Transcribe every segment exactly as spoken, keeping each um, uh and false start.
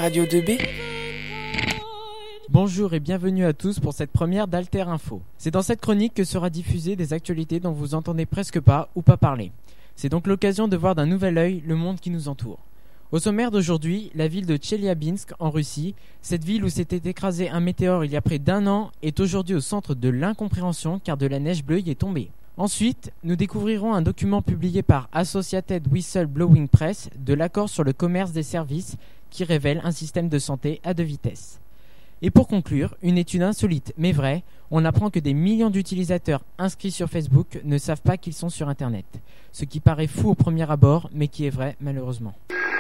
Radio deux B. Bonjour et bienvenue à tous pour cette première d'Alter Info. C'est dans cette chronique que sera diffusée des actualités dont vous entendez presque pas ou pas parler. C'est donc l'occasion de voir d'un nouvel œil le monde qui nous entoure. Au sommaire d'aujourd'hui, la ville de Tcheliabinsk en Russie, cette ville où s'était écrasé un météore il y a près d'un an, est aujourd'hui au centre de l'incompréhension car de la neige bleue y est tombée. Ensuite, nous découvrirons un document publié par Associated Whistleblowing Press de l'accord sur le commerce des services qui révèle un système de santé à deux vitesses. Et pour conclure, une étude insolite mais vraie, on apprend que des millions d'utilisateurs inscrits sur Facebook ne savent pas qu'ils sont sur Internet. Ce qui paraît fou au premier abord, mais qui est vrai malheureusement.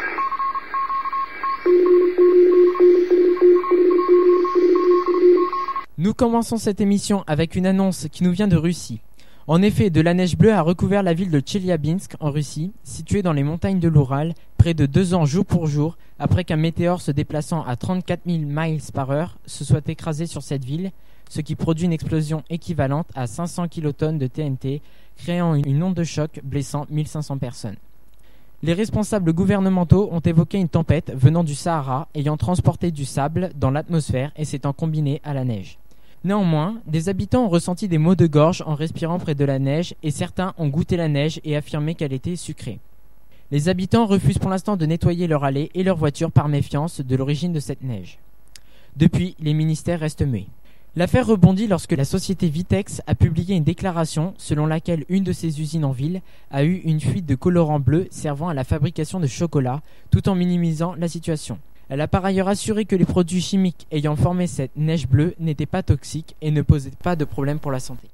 Nous commençons cette émission avec une annonce qui nous vient de Russie. En effet, de la neige bleue a recouvert la ville de Tcheliabinsk en Russie, située dans les montagnes de l'Oural, près de deux ans jour pour jour, après qu'un météore se déplaçant à trente-quatre mille miles par heure se soit écrasé sur cette ville, ce qui produit une explosion équivalente à cinq cents kilotonnes de T N T, créant une onde de choc blessant mille cinq cents personnes. Les responsables gouvernementaux ont évoqué une tempête venant du Sahara ayant transporté du sable dans l'atmosphère et s'étant combinée à la neige. Néanmoins, des habitants ont ressenti des maux de gorge en respirant près de la neige et certains ont goûté la neige et affirmé qu'elle était sucrée. Les habitants refusent pour l'instant de nettoyer leur allée et leur voiture par méfiance de l'origine de cette neige. Depuis, les ministères restent muets. L'affaire rebondit lorsque la société Vitex a publié une déclaration selon laquelle une de ses usines en ville a eu une fuite de colorant bleu servant à la fabrication de chocolat, tout en minimisant la situation. Elle a par ailleurs assuré que les produits chimiques ayant formé cette neige bleue n'étaient pas toxiques et ne posaient pas de problème pour la santé.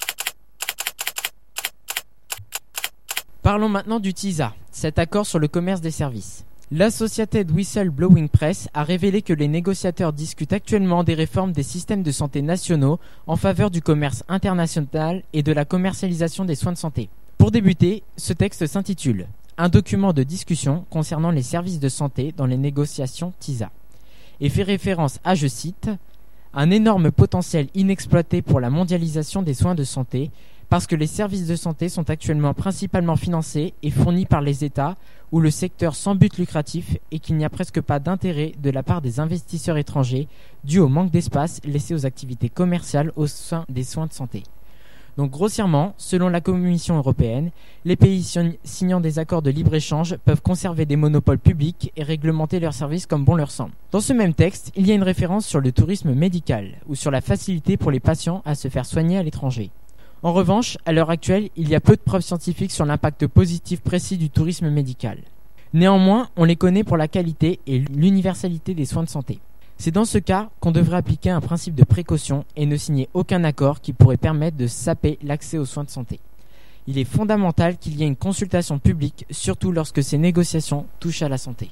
Parlons maintenant du T I S A, cet accord sur le commerce des services. L'Associated Whistleblowing Press a révélé que les négociateurs discutent actuellement des réformes des systèmes de santé nationaux en faveur du commerce international et de la commercialisation des soins de santé. Pour débuter, ce texte s'intitule « Un document de discussion concernant les services de santé dans les négociations T I S A » et fait référence à, je cite, « un énorme potentiel inexploité pour la mondialisation des soins de santé parce que les services de santé sont actuellement principalement financés et fournis par les États ou le secteur sans but lucratif et qu'il n'y a presque pas d'intérêt de la part des investisseurs étrangers dû au manque d'espace laissé aux activités commerciales au sein des soins de santé. » Donc grossièrement, selon la Commission européenne, les pays signant des accords de libre-échange peuvent conserver des monopoles publics et réglementer leurs services comme bon leur semble. Dans ce même texte, il y a une référence sur le tourisme médical ou sur la facilité pour les patients à se faire soigner à l'étranger. En revanche, à l'heure actuelle, il y a peu de preuves scientifiques sur l'impact positif précis du tourisme médical. Néanmoins, on les connaît pour la qualité et l'universalité des soins de santé. C'est dans ce cas qu'on devrait appliquer un principe de précaution et ne signer aucun accord qui pourrait permettre de saper l'accès aux soins de santé. Il est fondamental qu'il y ait une consultation publique, surtout lorsque ces négociations touchent à la santé.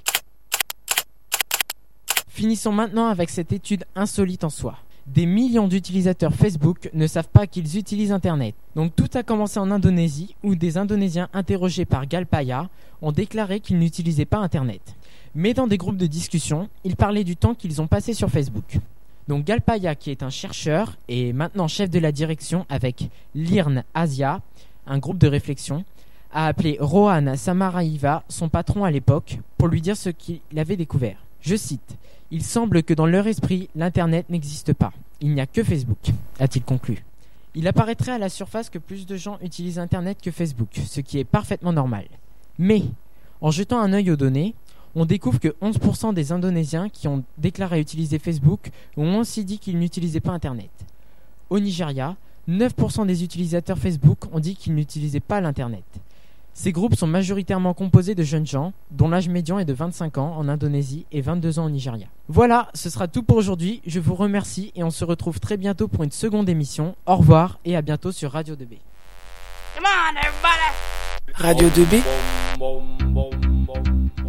Finissons maintenant avec cette étude insolite en soi. Des millions d'utilisateurs Facebook ne savent pas qu'ils utilisent Internet. Donc tout a commencé en Indonésie où des Indonésiens interrogés par Galpaya ont déclaré qu'ils n'utilisaient pas Internet. Mais dans des groupes de discussion, ils parlaient du temps qu'ils ont passé sur Facebook. Donc Galpaya, qui est un chercheur et maintenant chef de la direction avec l'Irn Asia, un groupe de réflexion, a appelé Rohan Samaraiva, son patron à l'époque, pour lui dire ce qu'il avait découvert. Je cite « Il semble que dans leur esprit, l'Internet n'existe pas. Il n'y a que Facebook », a-t-il conclu. Il apparaîtrait à la surface que plus de gens utilisent Internet que Facebook, ce qui est parfaitement normal. Mais, en jetant un œil aux données, on découvre que onze pour cent des Indonésiens qui ont déclaré utiliser Facebook ont aussi dit qu'ils n'utilisaient pas Internet. Au Nigeria, neuf pour cent des utilisateurs Facebook ont dit qu'ils n'utilisaient pas l'Internet. Ces groupes sont majoritairement composés de jeunes gens, dont l'âge médian est de vingt-cinq ans en Indonésie et vingt-deux ans au Nigeria. Voilà, ce sera tout pour aujourd'hui. Je vous remercie et on se retrouve très bientôt pour une seconde émission. Au revoir et à bientôt sur Radio deux B. Radio deux B.